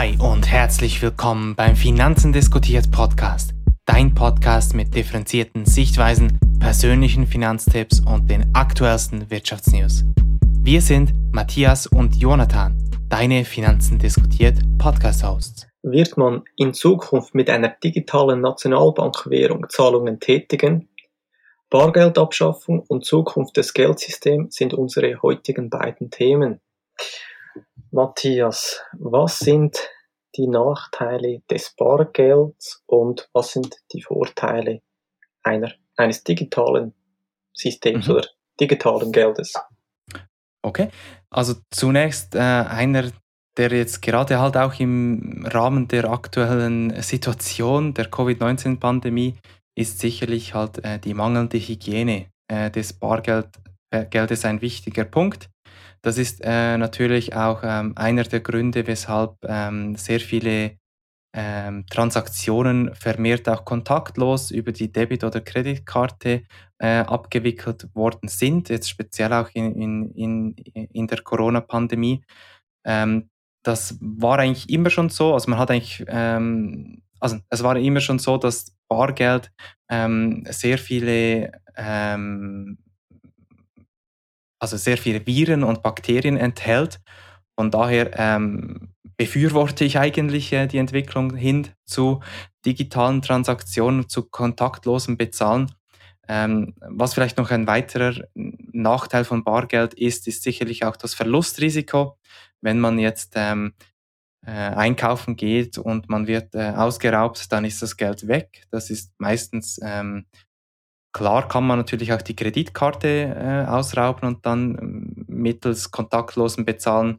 Hi und herzlich willkommen beim Finanzen diskutiert Podcast. Dein Podcast mit differenzierten Sichtweisen, persönlichen Finanztipps und den aktuellsten Wirtschaftsnews. Wir sind Matthias und Jonathan, deine Finanzen diskutiert Podcast-Hosts. Wird man in Zukunft mit einer digitalen Nationalbankwährung Zahlungen tätigen? Bargeldabschaffung und Zukunft des Geldsystems sind unsere heutigen beiden Themen. Matthias, was sind die Nachteile des Bargelds und was sind die Vorteile eines digitalen Systems oder digitalen Geldes? Okay, also zunächst einer, der jetzt gerade halt auch im Rahmen der aktuellen Situation der Covid-19-Pandemie ist sicherlich halt die mangelnde Hygiene des Bargeldes ein wichtiger Punkt. Das ist natürlich auch einer der Gründe, weshalb sehr viele Transaktionen vermehrt auch kontaktlos über die Debit- oder Kreditkarte abgewickelt worden sind, jetzt speziell auch in der Corona-Pandemie. Das war eigentlich immer schon so, also man hat eigentlich, also es war immer schon so, dass Bargeld sehr viele sehr viele Viren und Bakterien enthält. Von daher befürworte ich eigentlich die Entwicklung hin zu digitalen Transaktionen, zu kontaktlosem Bezahlen. Was vielleicht noch ein weiterer Nachteil von Bargeld ist, ist sicherlich auch das Verlustrisiko. Wenn man jetzt einkaufen geht und man wird ausgeraubt, dann ist das Geld weg. Das ist meistens klar kann man natürlich auch die Kreditkarte ausrauben und dann mittels kontaktlosem Bezahlen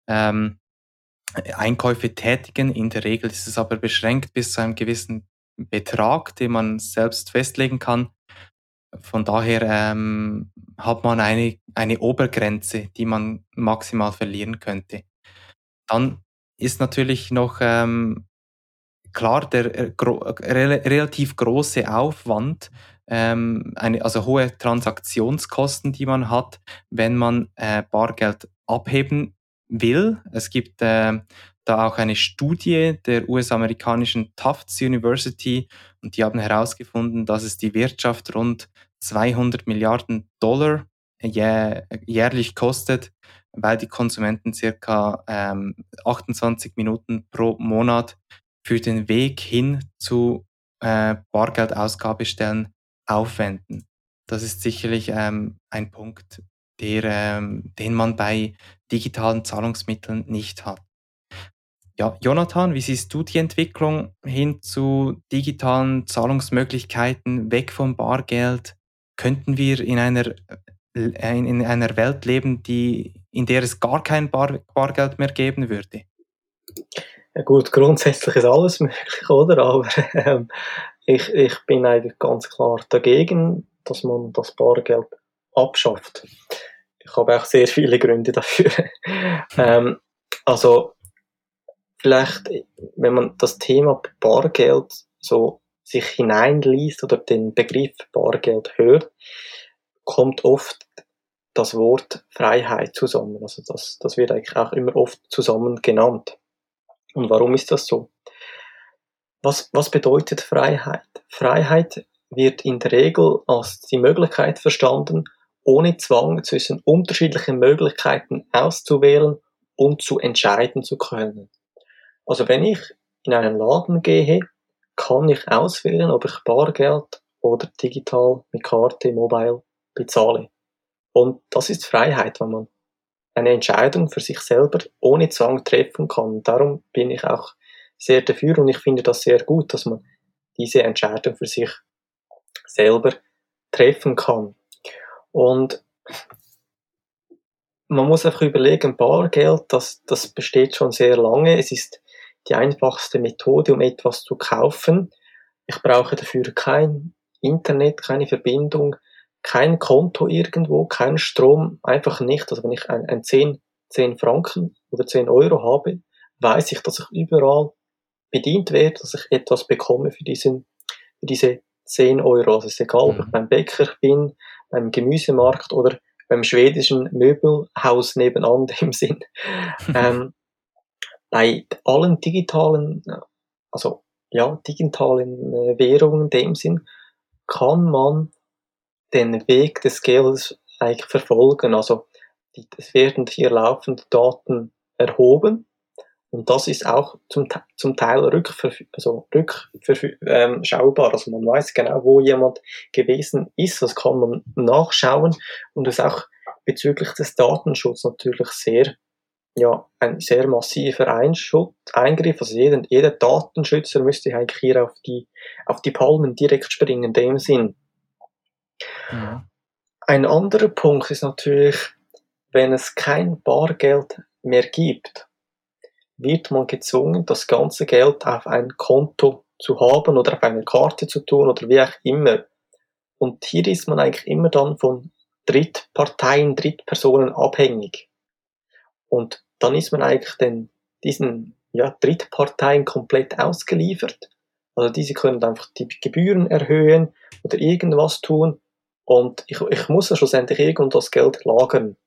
Einkäufe tätigen. In der Regel ist es aber beschränkt bis zu einem gewissen Betrag, den man selbst festlegen kann. Von daher hat man eine Obergrenze, die man maximal verlieren könnte. Dann ist natürlich noch klar, der relativ große Aufwand, also hohe Transaktionskosten, die man hat, wenn man Bargeld abheben will. Es gibt da auch eine Studie der US-amerikanischen Tufts University und die haben herausgefunden, dass es die Wirtschaft rund 200 Milliarden Dollar jährlich kostet, weil die Konsumenten circa 28 Minuten pro Monat für den Weg hin zu Bargeldausgabestellen aufwenden. Das ist sicherlich ein Punkt, den man bei digitalen Zahlungsmitteln nicht hat. Ja, Jonathan, wie siehst du die Entwicklung hin zu digitalen Zahlungsmöglichkeiten, weg vom Bargeld? Könnten wir in einer Welt leben, in der es gar kein Bargeld mehr geben würde? Ja gut, grundsätzlich ist alles möglich, oder? Aber ich bin eigentlich ganz klar dagegen, dass man das Bargeld abschafft. Ich habe auch sehr viele Gründe dafür. Also vielleicht, wenn man das Thema Bargeld so sich hineinliest oder den Begriff Bargeld hört, kommt oft das Wort Freiheit zusammen. Also das wird eigentlich auch immer oft zusammen genannt. Und warum ist das so? Was bedeutet Freiheit? Freiheit wird in der Regel als die Möglichkeit verstanden, ohne Zwang zwischen unterschiedlichen Möglichkeiten auszuwählen und zu entscheiden zu können. Also wenn ich in einen Laden gehe, kann ich auswählen, ob ich Bargeld oder digital mit Karte, Mobile bezahle. Und das ist Freiheit, wenn man eine Entscheidung für sich selber ohne Zwang treffen kann. Darum bin ich auch sehr dafür und ich finde das sehr gut, dass man diese Entscheidung für sich selber treffen kann. Und man muss einfach überlegen, Bargeld, das besteht schon sehr lange. Es ist die einfachste Methode, um etwas zu kaufen. Ich brauche dafür kein Internet, keine Verbindung, kein Konto irgendwo, kein Strom, einfach nicht. Also wenn ich ein 10 Franken oder 10 Euro habe, weiß ich, dass ich überall bedient werde, dass ich etwas bekomme für diese 10 Euro. Also es ist egal, ob ich beim Bäcker bin, beim Gemüsemarkt oder beim schwedischen Möbelhaus nebenan, dem Sinn. bei allen digitalen, digitalen Währungen in dem Sinn, kann man den Weg des Geldes eigentlich verfolgen. Also es werden hier laufend Daten erhoben und das ist auch zum Teil schaubar. Also man weiß genau, wo jemand gewesen ist, das kann man nachschauen und das ist auch bezüglich des Datenschutzes natürlich ein sehr massiver Eingriff. Also jeder Datenschützer müsste eigentlich hier auf die Palmen direkt springen in dem Sinn. Mhm. Ein anderer Punkt ist natürlich, wenn es kein Bargeld mehr gibt, wird man gezwungen, das ganze Geld auf ein Konto zu haben oder auf eine Karte zu tun oder wie auch immer. Und hier ist man eigentlich immer dann von Drittparteien, Drittpersonen abhängig. Und dann ist man eigentlich diesen Drittparteien komplett ausgeliefert. Also diese können einfach die Gebühren erhöhen oder irgendwas tun und ich muss ja schlussendlich irgendwo das Geld lagern.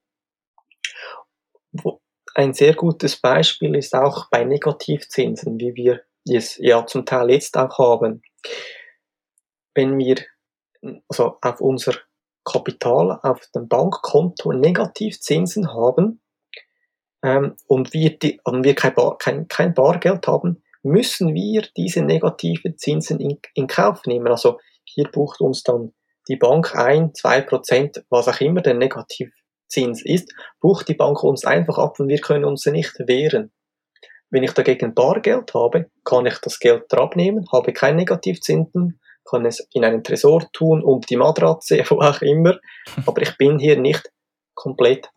Ein sehr gutes Beispiel ist auch bei Negativzinsen, wie wir es ja zum Teil jetzt auch haben. Wenn wir also auf unser Kapital auf dem Bankkonto Negativzinsen haben, und wir kein Bargeld haben, müssen wir diese negativen Zinsen in Kauf nehmen. Also hier bucht uns dann die Bank 2%, was auch immer der Negativzins ist, bucht die Bank uns einfach ab und wir können uns nicht wehren. Wenn ich dagegen Bargeld habe, kann ich das Geld abnehmen, habe keinen Negativzinsen, kann es in einen Tresor tun, unter die Matratze, wo auch immer, aber ich bin hier nicht komplett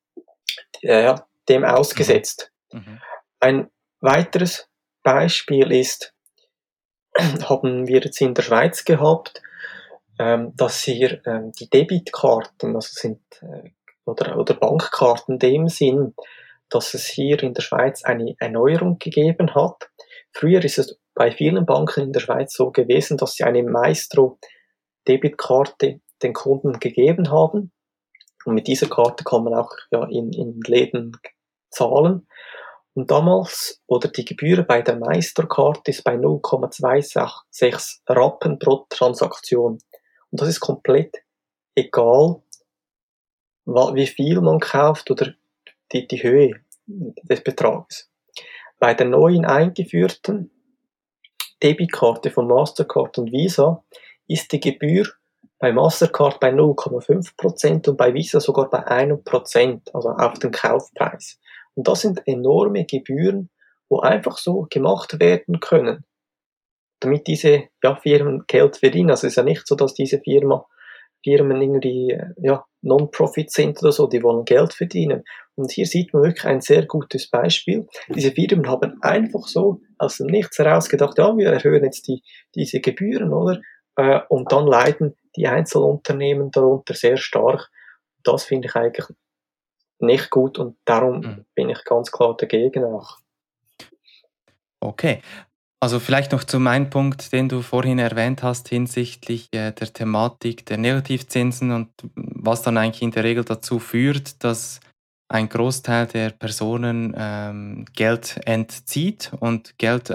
dem ausgesetzt. Mhm. Ein weiteres Beispiel ist, haben wir jetzt in der Schweiz gehabt, dass hier die Debitkarten, also sind oder Bankkarten in dem Sinn, dass es hier in der Schweiz eine Erneuerung gegeben hat. Früher ist es bei vielen Banken in der Schweiz so gewesen, dass sie eine Maestro-Debitkarte den Kunden gegeben haben. Und mit dieser Karte kann man auch in Läden zahlen. Und damals, oder die Gebühr bei der Meisterkarte ist bei 0,26 Rappen pro Transaktion. Und das ist komplett egal, wie viel man kauft oder die Höhe des Betrages. Bei der neuen eingeführten Debitkarte von Mastercard und Visa ist die Gebühr bei Mastercard bei 0,5% und bei Visa sogar bei 1%, also auf den Kaufpreis. Und das sind enorme Gebühren, wo einfach so gemacht werden können, damit diese Firmen Geld verdienen. Also es ist ja nicht so, dass diese Firmen irgendwie Non-Profit sind oder so, die wollen Geld verdienen. Und hier sieht man wirklich ein sehr gutes Beispiel. Diese Firmen haben einfach so aus dem Nichts heraus gedacht, ja, wir erhöhen jetzt diese Gebühren, oder? Und dann leiden die Einzelunternehmen darunter sehr stark. Das finde ich eigentlich nicht gut und darum bin ich ganz klar dagegen auch. Okay. Also vielleicht noch zu meinem Punkt, den du vorhin erwähnt hast hinsichtlich der Thematik der Negativzinsen und was dann eigentlich in der Regel dazu führt, dass ein Großteil der Personen Geld entzieht und Geld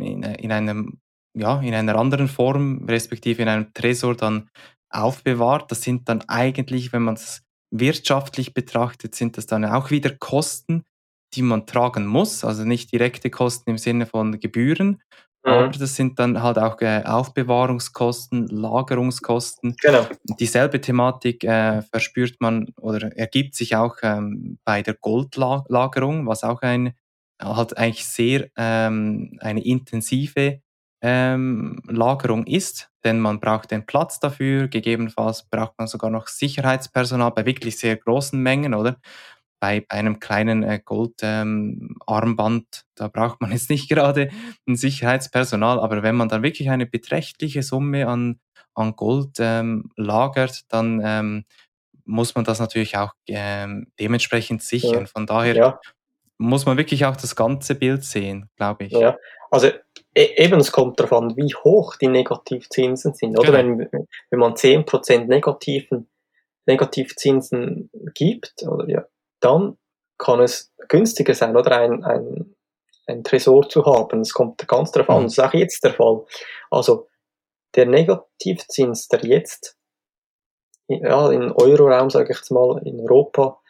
in einer anderen Form, respektive in einem Tresor dann aufbewahrt. Das sind dann eigentlich, wenn man es wirtschaftlich betrachtet, sind das dann auch wieder Kosten, die man tragen muss, also nicht direkte Kosten im Sinne von Gebühren, aber Mhm. das sind dann halt auch Aufbewahrungskosten, Lagerungskosten. Genau. Dieselbe Thematik verspürt man oder ergibt sich auch bei der Goldlagerung, was auch halt eigentlich sehr eine intensive Lagerung ist, denn man braucht den Platz dafür. Gegebenenfalls braucht man sogar noch Sicherheitspersonal bei wirklich sehr großen Mengen, oder? Bei einem kleinen Gold Armband, da braucht man jetzt nicht gerade ein Sicherheitspersonal, aber wenn man dann wirklich eine beträchtliche Summe an Gold lagert, dann muss man das natürlich auch dementsprechend sichern. Mhm. Von daher Ja. muss man wirklich auch das ganze Bild sehen, glaube ich. Ja, also eben, es kommt darauf an, wie hoch die Negativzinsen sind, oder? Genau. Wenn man 10% Negativzinsen gibt, oder ja, dann kann es günstiger sein, oder? ein Tresor zu haben. Es kommt ganz darauf an, das ist auch jetzt der Fall. Also der Negativzins, der jetzt im Euroraum, sage ich jetzt mal, in Europa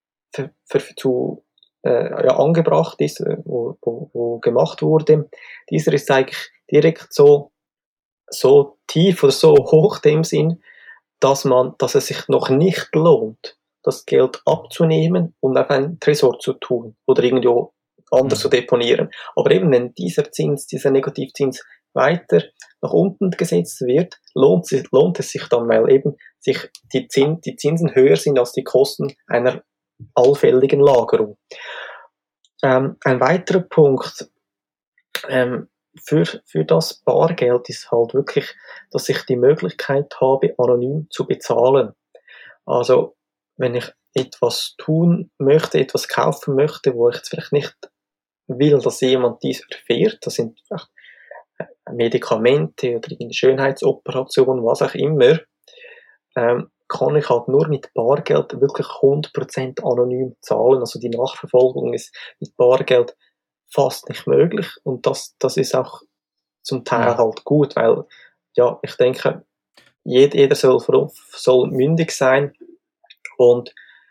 angebracht ist, wo gemacht wurde, dieser ist eigentlich direkt so tief oder so hoch in dem Sinn, dass es sich noch nicht lohnt, das Geld abzunehmen und auf einen Tresor zu tun oder irgendwo anders zu deponieren. Aber eben, wenn dieser Negativzins weiter nach unten gesetzt wird, lohnt es sich dann, weil eben die Zinsen höher sind als die Kosten einer allfälligen Lagerung. Ein weiterer Punkt für das Bargeld ist halt wirklich, dass ich die Möglichkeit habe, anonym zu bezahlen. Also, wenn ich etwas tun möchte, etwas kaufen möchte, wo ich jetzt vielleicht nicht will, dass jemand dies erfährt, das sind vielleicht Medikamente oder eine Schönheitsoperation, was auch immer, kann ich halt nur mit Bargeld wirklich 100% anonym zahlen. Also die Nachverfolgung ist mit Bargeld fast nicht möglich und das ist auch zum Teil halt gut, weil, ja, ich denke, jeder soll mündig sein und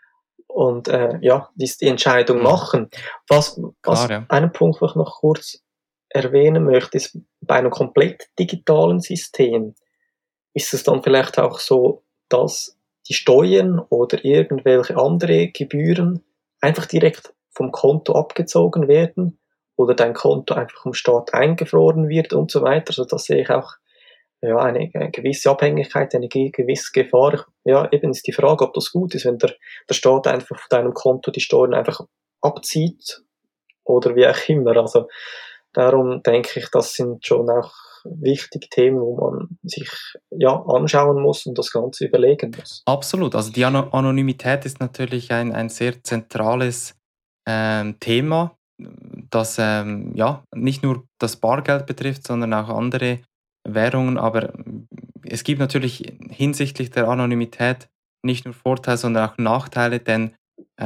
die Entscheidung machen. Klar, ja. Einen Punkt, den ich noch kurz erwähnen möchte, ist, bei einem komplett digitalen System ist es dann vielleicht auch so, dass die Steuern oder irgendwelche andere Gebühren einfach direkt vom Konto abgezogen werden oder dein Konto einfach vom Staat eingefroren wird und so weiter. Also das sehe ich auch eine gewisse Abhängigkeit, eine gewisse Gefahr. Ja, eben ist die Frage, ob das gut ist, wenn der Staat einfach von deinem Konto die Steuern einfach abzieht oder wie auch immer. Also darum denke ich, das sind schon auch wichtige Themen, wo man sich anschauen muss und das Ganze überlegen muss. Absolut. Also die Anonymität ist natürlich ein sehr zentrales Thema, das nicht nur das Bargeld betrifft, sondern auch andere Währungen. Aber es gibt natürlich hinsichtlich der Anonymität nicht nur Vorteile, sondern auch Nachteile, denn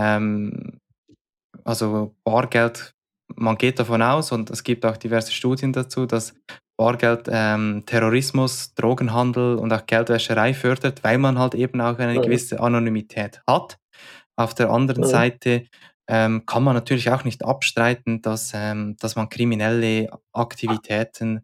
also Bargeld, man geht davon aus, und es gibt auch diverse Studien dazu, dass Bargeld Terrorismus, Drogenhandel und auch Geldwäscherei fördert, weil man halt eben auch eine gewisse Anonymität hat. Auf der anderen Seite kann man natürlich auch nicht abstreiten, dass man kriminelle Aktivitäten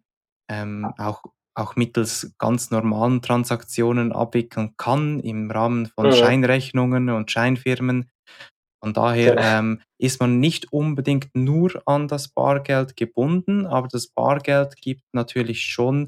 auch mittels ganz normalen Transaktionen abwickeln kann, im Rahmen von Scheinrechnungen und Scheinfirmen. Von daher Genau. ist man nicht unbedingt nur an das Bargeld gebunden, aber das Bargeld gibt natürlich schon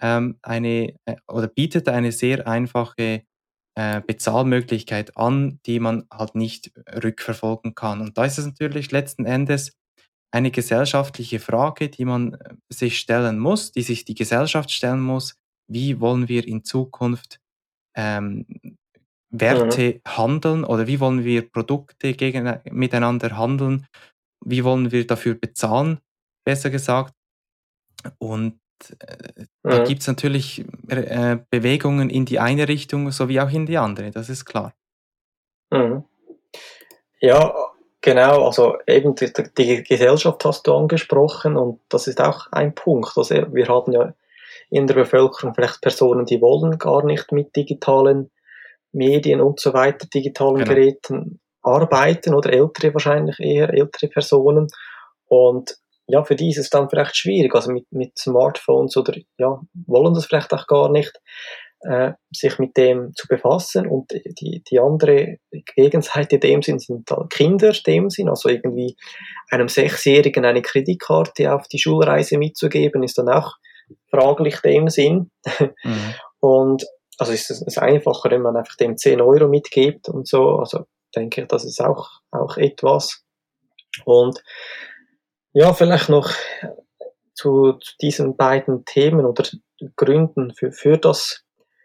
oder bietet eine sehr einfache Bezahlmöglichkeit an, die man halt nicht rückverfolgen kann. Und da ist es natürlich letzten Endes eine gesellschaftliche Frage, die man sich stellen muss, die sich die Gesellschaft stellen muss. Wie wollen wir in Zukunft ähm, Werte handeln oder wie wollen wir Produkte miteinander handeln? Wie wollen wir dafür bezahlen, besser gesagt? Und da gibt es natürlich Bewegungen in die eine Richtung sowie auch in die andere, das ist klar. Mhm. Ja, genau, also eben die Gesellschaft hast du angesprochen und das ist auch ein Punkt. Also wir haben ja in der Bevölkerung vielleicht Personen, die wollen gar nicht mit digitalen Medien und so weiter, digitalen Genau. Geräten arbeiten oder wahrscheinlich eher ältere Personen. Und ja, für die ist es dann vielleicht schwierig, also mit Smartphones oder wollen das vielleicht auch gar nicht, sich mit dem zu befassen. Und die andere Gegenseite dem sind dann Kinder dem Sinn, also irgendwie einem 6-Jährigen eine Kreditkarte auf die Schulreise mitzugeben, ist dann auch fraglich dem Sinn. Und also ist es einfacher, wenn man einfach dem 10 Euro mitgibt und so. Also denke ich, das ist auch etwas. Und ja, vielleicht noch zu diesen beiden Themen oder Gründen für das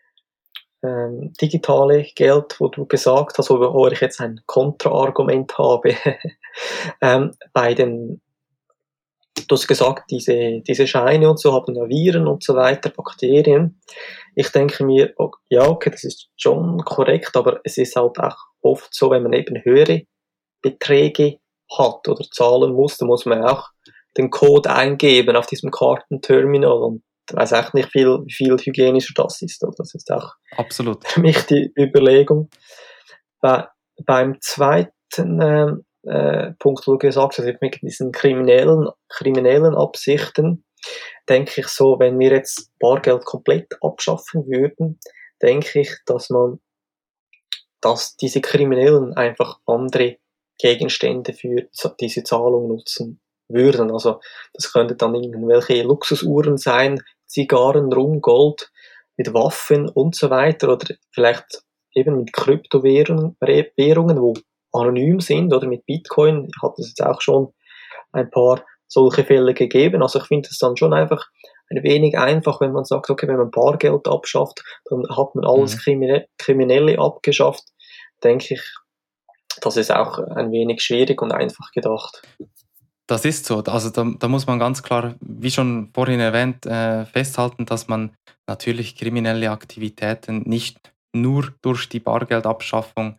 digitale Geld, wo du gesagt hast, wo ich jetzt ein Kontraargument habe. Du hast gesagt, diese Scheine und so haben ja Viren und so weiter, Bakterien. Ich denke mir, okay, das ist schon korrekt, aber es ist halt auch oft so, wenn man eben höhere Beträge hat oder zahlen muss, dann muss man auch den Code eingeben auf diesem Kartenterminal und weiß auch nicht wie viel hygienischer das ist. Oder? Das ist auch Absolut. für mich die Überlegung. Beim zweiten Punkt, wo du gesagt hast, mit diesen kriminellen Absichten, denke ich so, wenn wir jetzt Bargeld komplett abschaffen würden, denke ich, dass diese Kriminellen einfach andere Gegenstände für diese Zahlung nutzen würden. Also das könnte dann irgendwelche Luxusuhren sein, Zigarren, Rum, Gold, mit Waffen und so weiter oder vielleicht eben mit Kryptowährungen, wo anonym sind oder mit Bitcoin hat es jetzt auch schon ein paar solche Fälle gegeben. Also ich finde es dann schon einfach ein wenig einfach, wenn man sagt, okay, wenn man Bargeld abschafft, dann hat man alles Kriminelle abgeschafft, denke ich, das ist auch ein wenig schwierig und einfach gedacht. Das ist so. Also da muss man ganz klar, wie schon vorhin erwähnt, festhalten, dass man natürlich kriminelle Aktivitäten nicht nur durch die Bargeldabschaffung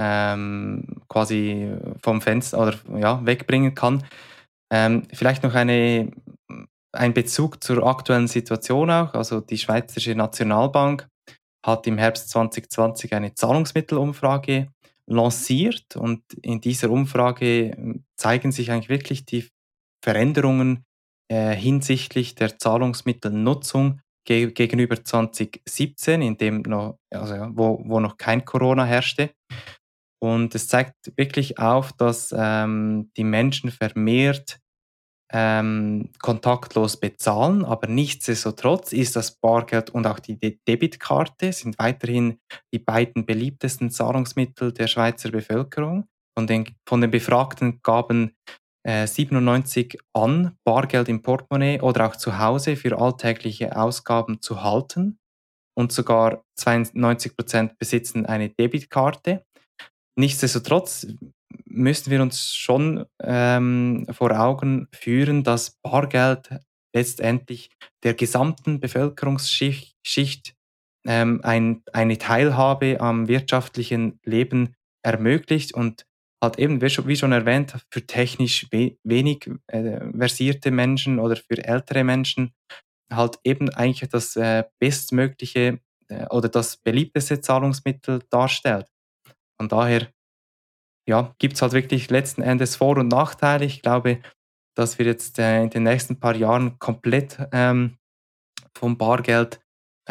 quasi vom Fenster oder ja, wegbringen kann. Vielleicht noch ein Bezug zur aktuellen Situation auch. Also die Schweizerische Nationalbank hat im Herbst 2020 eine Zahlungsmittelumfrage lanciert und in dieser Umfrage zeigen sich eigentlich wirklich die Veränderungen hinsichtlich der Zahlungsmittelnutzung gegenüber 2017, in dem noch, also ja, wo noch kein Corona herrschte. Und es zeigt wirklich auf, dass die Menschen vermehrt kontaktlos bezahlen, aber nichtsdestotrotz ist das Bargeld und auch die Debitkarte sind weiterhin die beiden beliebtesten Zahlungsmittel der Schweizer Bevölkerung. Von den Befragten gaben 97 an, Bargeld im Portemonnaie oder auch zu Hause für alltägliche Ausgaben zu halten und sogar 92% besitzen eine Debitkarte. Nichtsdestotrotz müssen wir uns schon vor Augen führen, dass Bargeld letztendlich der gesamten Bevölkerungsschicht eine Teilhabe am wirtschaftlichen Leben ermöglicht und halt eben, wie schon erwähnt, für technisch wenig versierte Menschen oder für ältere Menschen halt eben eigentlich das bestmögliche oder das beliebteste Zahlungsmittel darstellt. Von daher ja, gibt es halt wirklich letzten Endes Vor- und Nachteile. Ich glaube, dass wir jetzt in den nächsten paar Jahren komplett vom Bargeld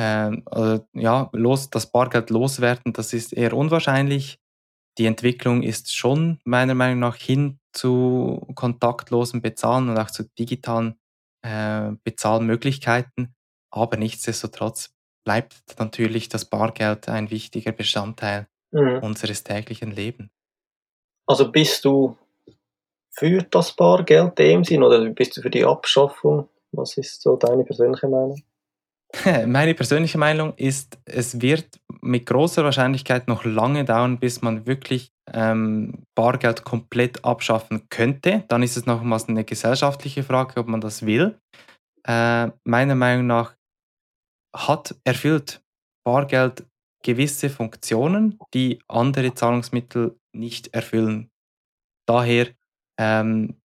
ja, das Bargeld loswerden, das ist eher unwahrscheinlich. Die Entwicklung ist schon meiner Meinung nach hin zu kontaktlosem Bezahlen und auch zu digitalen Bezahlmöglichkeiten. Aber nichtsdestotrotz bleibt natürlich das Bargeld ein wichtiger Bestandteil Mhm. unseres täglichen Lebens. Also bist du für das Bargeld in dem Sinn oder bist du für die Abschaffung? Was ist so deine persönliche Meinung? Meine persönliche Meinung ist, es wird mit großer Wahrscheinlichkeit noch lange dauern, bis man wirklich Bargeld komplett abschaffen könnte. Dann ist es nochmals eine gesellschaftliche Frage, ob man das will. Meiner Meinung nach erfüllt Bargeld gewisse Funktionen, die andere Zahlungsmittel nicht erfüllen. Daher ähm,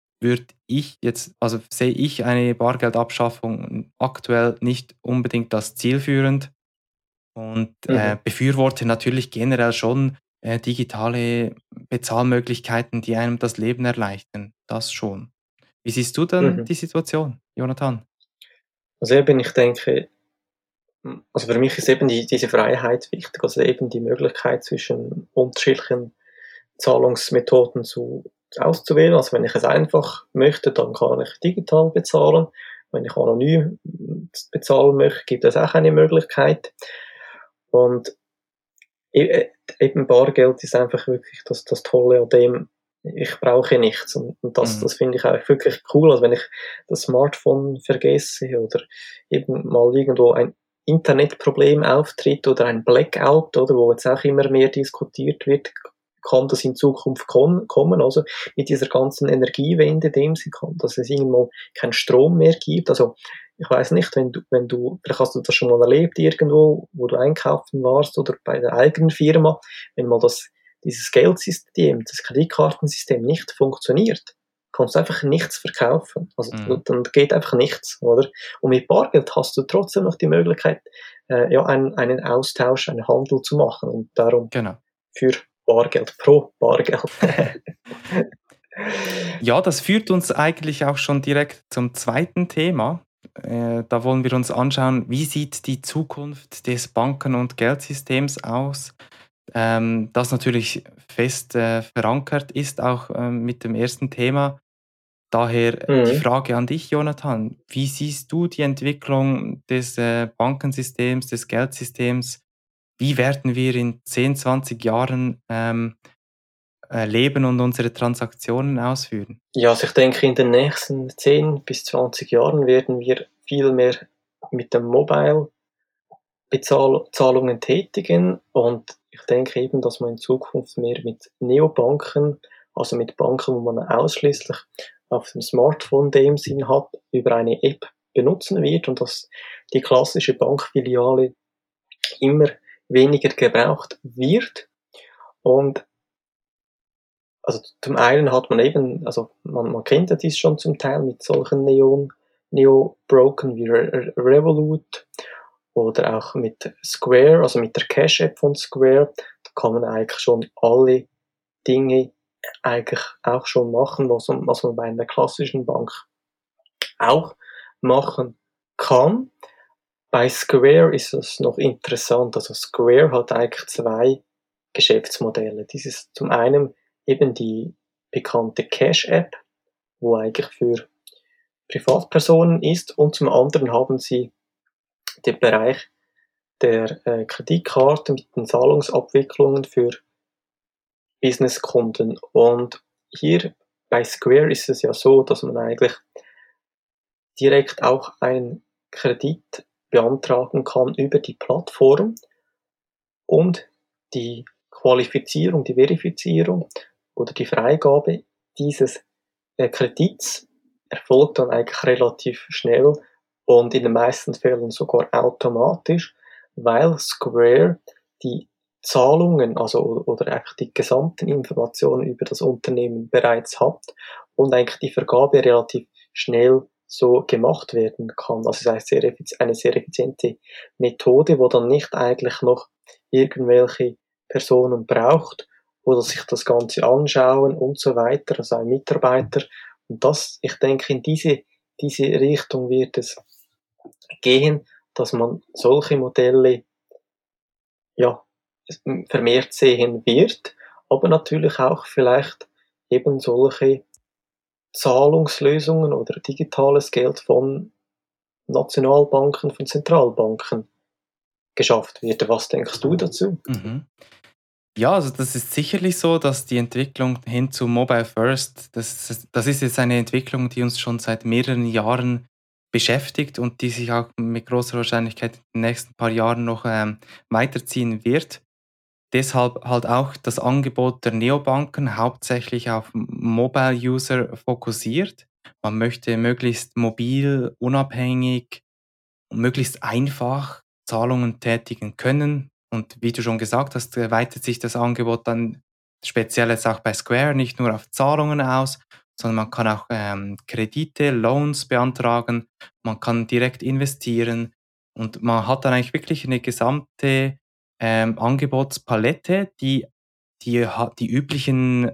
sehe ich eine Bargeldabschaffung aktuell nicht unbedingt als zielführend und Mhm. befürworte natürlich generell schon digitale Bezahlmöglichkeiten, die einem das Leben erleichtern. Das schon. Wie siehst du denn Mhm. die Situation, Jonathan? Also eben, ich denke, also für mich ist eben diese Freiheit wichtig, also eben die Möglichkeit zwischen unterschiedlichen Zahlungsmethoden auszuwählen. Also wenn ich es einfach möchte, dann kann ich digital bezahlen. Wenn ich anonym bezahlen möchte, gibt es auch eine Möglichkeit. Und eben Bargeld ist einfach wirklich das Tolle an dem, ich brauche nichts. Und Mhm. das finde ich auch wirklich cool. Also wenn ich das Smartphone vergesse oder eben mal irgendwo ein Internetproblem auftritt oder ein Blackout, oder wo jetzt auch immer mehr diskutiert wird, kann das in Zukunft kommen, also mit dieser ganzen Energiewende, dem sie kann, dass es irgendwann keinen Strom mehr gibt. Also ich weiß nicht, vielleicht hast du das schon mal erlebt irgendwo, wo du einkaufen warst oder bei der eigenen Firma, wenn mal dieses Geldsystem, das Kreditkartensystem nicht funktioniert, kannst du einfach nichts verkaufen. Also Mhm. dann geht einfach nichts, oder? Und mit Bargeld hast du trotzdem noch die Möglichkeit, ja, einen Austausch, einen Handel zu machen und darum Genau. für Bargeld, pro Bargeld. Ja, das führt uns eigentlich auch schon direkt zum zweiten Thema. Da wollen wir uns anschauen, wie sieht die Zukunft des Banken- und Geldsystems aus, das natürlich fest verankert ist, auch mit dem ersten Thema. Daher die Mhm. Frage an dich, Jonathan. Wie siehst du die Entwicklung des Bankensystems, des Geldsystems? Wie werden wir in 10, 20 Jahren leben und unsere Transaktionen ausführen? Ja, also ich denke, in den nächsten 10 bis 20 Jahren werden wir viel mehr mit dem Mobile Zahlungen tätigen und ich denke eben, dass man in Zukunft mehr mit Neobanken, also mit Banken, wo man ausschließlich auf dem Smartphone in dem Sinn hat, über eine App benutzen wird und dass die klassische Bankfiliale immer weniger gebraucht wird. Und also zum einen hat man eben, also man kennt ja dies schon zum Teil mit solchen Neo-Broken wie Revolut oder auch mit Square, also mit der Cash-App von Square. Da kann man eigentlich schon alle Dinge eigentlich auch schon machen, was man bei einer klassischen Bank auch machen kann. Bei Square ist es noch interessant. Also Square hat eigentlich zwei Geschäftsmodelle. Dieses zum einen eben die bekannte Cash-App, wo eigentlich für Privatpersonen ist, und zum anderen haben sie den Bereich der Kreditkarte mit den Zahlungsabwicklungen für Businesskunden. Und hier bei Square ist es ja so, dass man eigentlich direkt auch einen Kredit beantragen kann über die Plattform und die Qualifizierung, die Verifizierung oder die Freigabe dieses Kredits erfolgt dann eigentlich relativ schnell und in den meisten Fällen sogar automatisch, weil Square die Zahlungen, also oder einfach die gesamten Informationen über das Unternehmen bereits hat und eigentlich die Vergabe relativ schnell so gemacht werden kann. Also es ist eine sehr effiziente Methode, wo dann nicht eigentlich noch irgendwelche Personen braucht oder sich das Ganze anschauen und so weiter, also ein Mitarbeiter. Und das, ich denke, in diese Richtung wird es gehen, dass man solche Modelle ja vermehrt sehen wird, aber natürlich auch vielleicht eben solche Zahlungslösungen oder digitales Geld von Nationalbanken, von Zentralbanken geschafft wird. Was denkst du dazu? Mhm. Ja, also das ist sicherlich so, dass die Entwicklung hin zu Mobile First, das ist jetzt eine Entwicklung, die uns schon seit mehreren Jahren beschäftigt und die sich auch mit großer Wahrscheinlichkeit in den nächsten paar Jahren noch weiterziehen wird. Deshalb halt auch das Angebot der Neobanken hauptsächlich auf Mobile-User fokussiert. Man möchte möglichst mobil, unabhängig und möglichst einfach Zahlungen tätigen können. Und wie du schon gesagt hast, weitet sich das Angebot dann speziell jetzt auch bei Square nicht nur auf Zahlungen aus, sondern man kann auch Kredite, Loans beantragen, man kann direkt investieren und man hat dann eigentlich wirklich eine gesamte Angebotspalette, die üblichen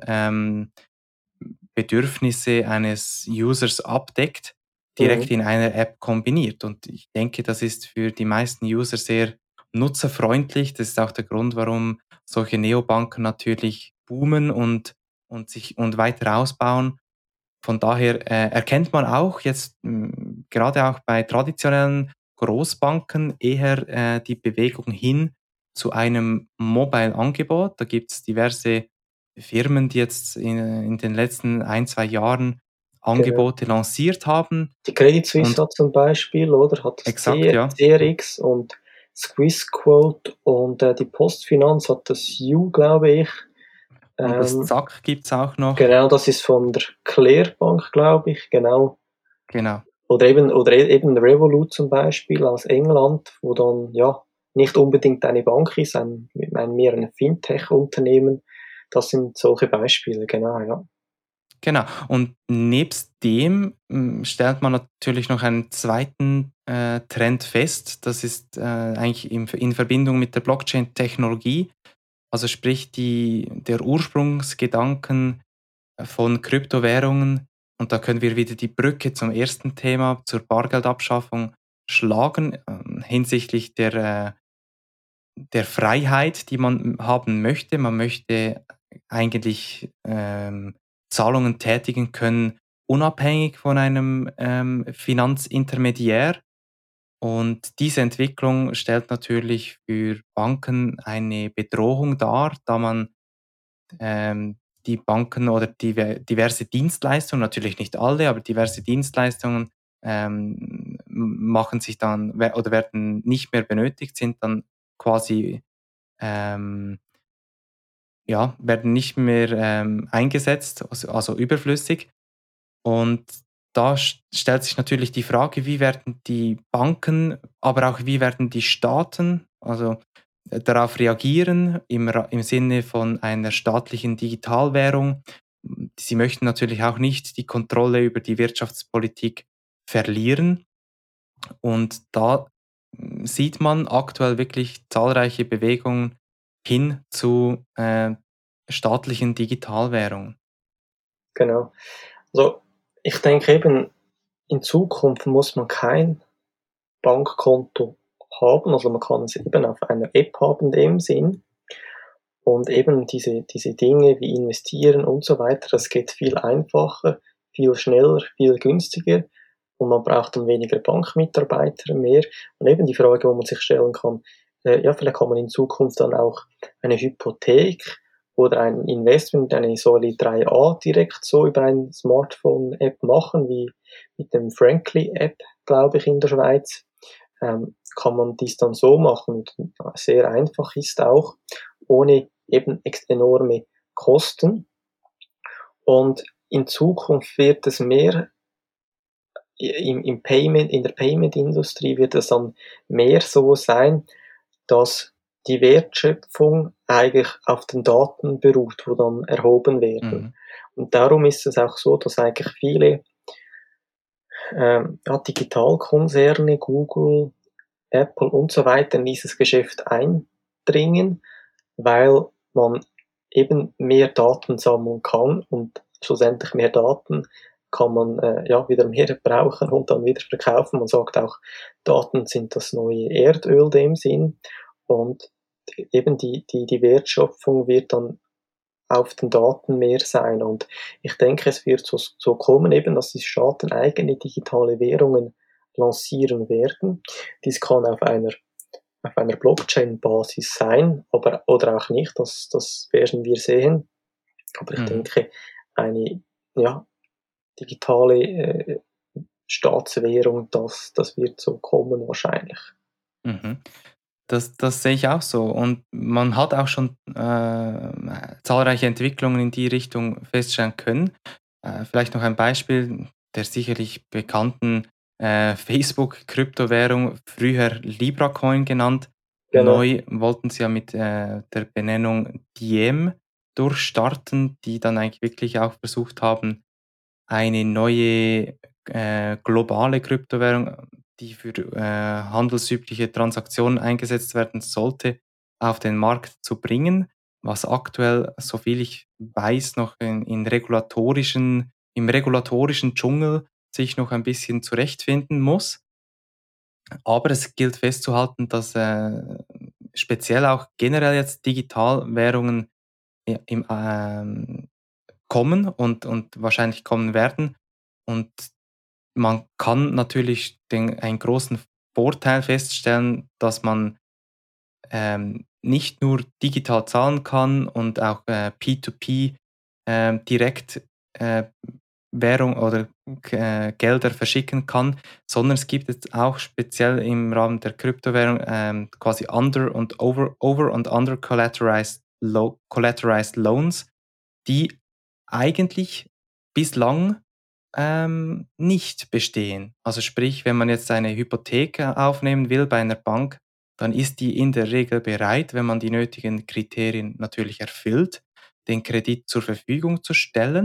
Bedürfnisse eines Users abdeckt, direkt Mhm. in einer App kombiniert. Und ich denke, das ist für die meisten User sehr nutzerfreundlich. Das ist auch der Grund, warum solche Neobanken natürlich boomen und weiter ausbauen. Von daher erkennt man auch jetzt gerade auch bei traditionellen Großbanken eher die Bewegung hin zu einem Mobile-Angebot. Da gibt es diverse Firmen, die jetzt in den letzten ein, 2 Jahren Genau. Angebote lanciert haben. Die Credit Suisse Und hat zum Beispiel, oder, hat das exakt, ja. CRX und Swissquote und die Postfinanz hat das U, glaube ich. Und das Ähm, Zack gibt es auch noch. genau, das ist von der Claire Bank, glaube ich, genau. Genau. Oder eben Revolut zum Beispiel aus England, wo dann ja nicht unbedingt eine Bank ist, mehr ein Fintech-Unternehmen. Das sind solche Beispiele, genau, ja. Genau. Und nebst dem, stellt man natürlich noch einen zweiten, Trend fest. Das ist, eigentlich in Verbindung mit der Blockchain-Technologie. Also sprich der Ursprungsgedanken von Kryptowährungen. Und da können wir wieder die Brücke zum ersten Thema, zur Bargeldabschaffung schlagen, hinsichtlich der Freiheit, die man haben möchte. Man möchte eigentlich, Zahlungen tätigen können, unabhängig von einem, Finanzintermediär. Und diese Entwicklung stellt natürlich für Banken eine Bedrohung dar, da man, die Banken oder diverse Dienstleistungen, natürlich nicht alle, aber diverse Dienstleistungen, machen sich dann oder werden nicht mehr benötigt, sind dann quasi ähm, ja, werden nicht mehr, eingesetzt, also überflüssig. Und da stellt sich natürlich die Frage, wie werden die Banken, aber auch wie werden die Staaten, also, darauf reagieren im Sinne von einer staatlichen Digitalwährung. Sie möchten natürlich auch nicht die Kontrolle über die Wirtschaftspolitik verlieren. Und da, sieht man aktuell wirklich zahlreiche Bewegungen hin zu, staatlichen Digitalwährungen. Genau. Also, ich denke eben, in Zukunft muss man kein Bankkonto haben. Also, man kann es eben auf einer App haben in dem Sinn. Und eben diese Dinge wie investieren und so weiter, das geht viel einfacher, viel schneller, viel günstiger und man braucht dann weniger Bankmitarbeiter mehr. Und eben die Frage, wo man sich stellen kann, ja, vielleicht kann man in Zukunft dann auch eine Hypothek oder ein Investment, eine Soli 3a direkt so über ein Smartphone-App machen, wie mit dem Frankly-App, glaube ich, in der Schweiz. Kann man dies dann so machen und sehr einfach ist auch, ohne eben enorme Kosten. Und in Zukunft wird es mehr in der Payment-Industrie wird es dann mehr so sein, dass die Wertschöpfung eigentlich auf den Daten beruht, wo dann erhoben werden. Mhm. Und darum ist es auch so, dass eigentlich viele ja, Digitalkonzerne, Google, Apple und so weiter in dieses Geschäft eindringen, weil man eben mehr Daten sammeln kann und schlussendlich mehr Daten kann man ja wieder mehr brauchen und dann wieder verkaufen. Man sagt auch, Daten sind das neue Erdöl in dem Sinn und eben die Wertschöpfung wird dann auf den Daten mehr sein. Und ich denke, es wird so kommen, eben, dass die Staaten eigene digitale Währungen lancieren werden. Dies kann auf einer Blockchain-Basis sein, aber oder auch nicht, das werden wir sehen. Aber ich Mhm. denke, eine ja, digitale Staatswährung, das wird so kommen wahrscheinlich. Mhm. Das sehe ich auch so. Und man hat auch schon, zahlreiche Entwicklungen in die Richtung feststellen können. Vielleicht noch ein Beispiel der sicherlich bekannten, Facebook-Kryptowährung, früher Libra-Coin genannt. Genau, Neu wollten sie ja mit, der Benennung Diem durchstarten, die dann eigentlich wirklich auch versucht haben, eine neue, globale Kryptowährung, die für, handelsübliche Transaktionen eingesetzt werden sollte, auf den Markt zu bringen, was aktuell, soviel ich weiß, noch im regulatorischen Dschungel sich noch ein bisschen zurechtfinden muss. Aber es gilt festzuhalten, dass, speziell auch generell jetzt Digitalwährungen im, kommen und wahrscheinlich kommen werden. Und man kann natürlich einen großen Vorteil feststellen, dass man, nicht nur digital zahlen kann und auch, P2P, direkt, Währung oder Gelder verschicken kann, sondern es gibt jetzt auch speziell im Rahmen der Kryptowährung, quasi Over und Under Collateralized Loans, die eigentlich bislang, nicht bestehen. Also sprich, wenn man jetzt eine Hypothek aufnehmen will bei einer Bank, dann ist die in der Regel bereit, wenn man die nötigen Kriterien natürlich erfüllt, den Kredit zur Verfügung zu stellen.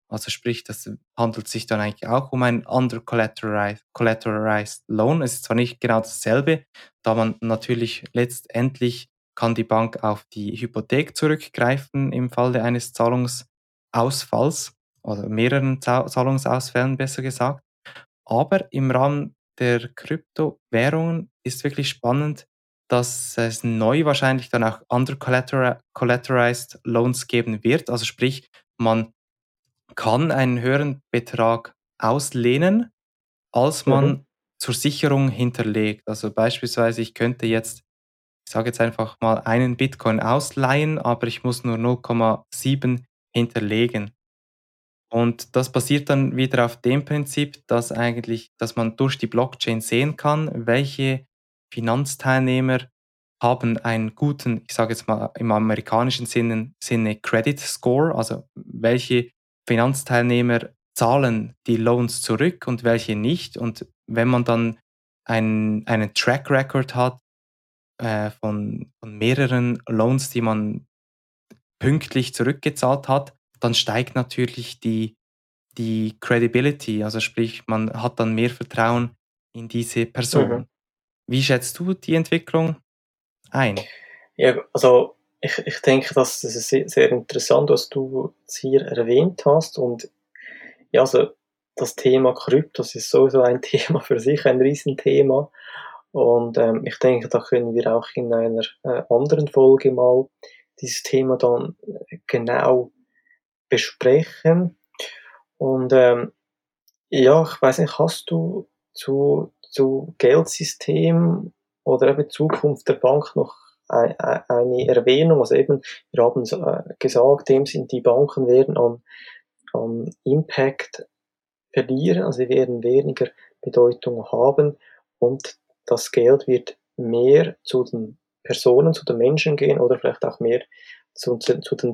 Also sprich, das handelt sich dann eigentlich auch um ein collateralized Loan. Es ist zwar nicht genau dasselbe, da man natürlich letztendlich kann die Bank auf die Hypothek zurückgreifen im Falle eines Zahlungsausfalls oder mehreren Zahlungsausfällen besser gesagt. Aber im Rahmen der Kryptowährungen ist wirklich spannend, dass es neu wahrscheinlich dann auch collateralized Loans geben wird. Also sprich, man kann einen höheren Betrag auslehnen, als Mhm. man zur Sicherung hinterlegt. Also beispielsweise, ich könnte jetzt, ich sage jetzt einfach mal, einen Bitcoin ausleihen, aber ich muss nur 0,7 hinterlegen. Und das basiert dann wieder auf dem Prinzip, dass man durch die Blockchain sehen kann, welche Finanzteilnehmer haben einen guten, ich sage jetzt mal im amerikanischen Sinne Credit Score, also welche Finanzteilnehmer zahlen die Loans zurück und welche nicht. Und wenn man dann einen Track Record hat von mehreren Loans, die man pünktlich zurückgezahlt hat, dann steigt natürlich die Credibility, also sprich, man hat dann mehr Vertrauen in diese Mhm. Person. Wie schätzt du die Entwicklung ein? Ja, also ich denke, das ist sehr, sehr interessant, was du jetzt hier erwähnt hast. Und ja, also das Thema Kryptos ist sowieso ein Thema für sich, ein Riesenthema. Und ich denke, da können wir auch in einer anderen Folge mal dieses Thema dann genau besprechen. Und ja, ich weiß nicht, hast du zu Geldsystem oder eben Zukunft der Bank noch eine Erwähnung? Also eben, wir haben gesagt, dem sind die Banken werden an Impact verlieren, also sie werden weniger Bedeutung haben und das Geld wird mehr zu den Personen, zu den Menschen gehen oder vielleicht auch mehr zu den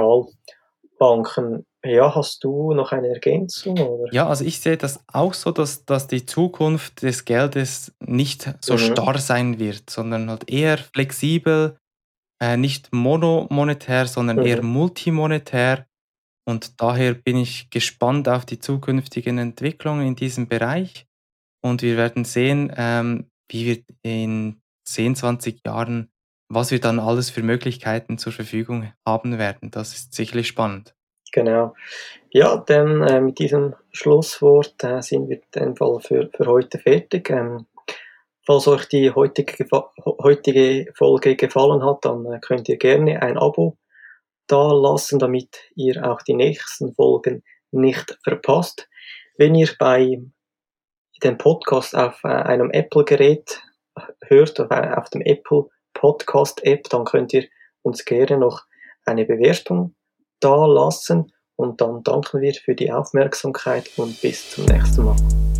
Zentralbanken. Ja, hast du noch eine Ergänzung, oder? Ja, also ich sehe das auch so, dass die Zukunft des Geldes nicht so Mhm, starr sein wird, sondern halt eher flexibel, nicht monomonetär, sondern eher mhm. multimonetär. Und daher bin ich gespannt auf die zukünftigen Entwicklungen in diesem Bereich. Und wir werden sehen, wie wir in 10, 20 Jahren, was wir dann alles für Möglichkeiten zur Verfügung haben werden. Das ist sicherlich spannend. Genau. Ja, dann mit diesem Schlusswort sind wir in dem Fall für heute fertig. Falls euch die heutige Folge gefallen hat, dann könnt ihr gerne ein Abo da lassen, damit ihr auch die nächsten Folgen nicht verpasst. Wenn ihr bei dem Podcast auf einem Apple-Gerät hört, auf dem Apple Podcast-App, dann könnt ihr uns gerne noch eine Bewertung da lassen und dann danken wir für die Aufmerksamkeit und bis zum nächsten Mal.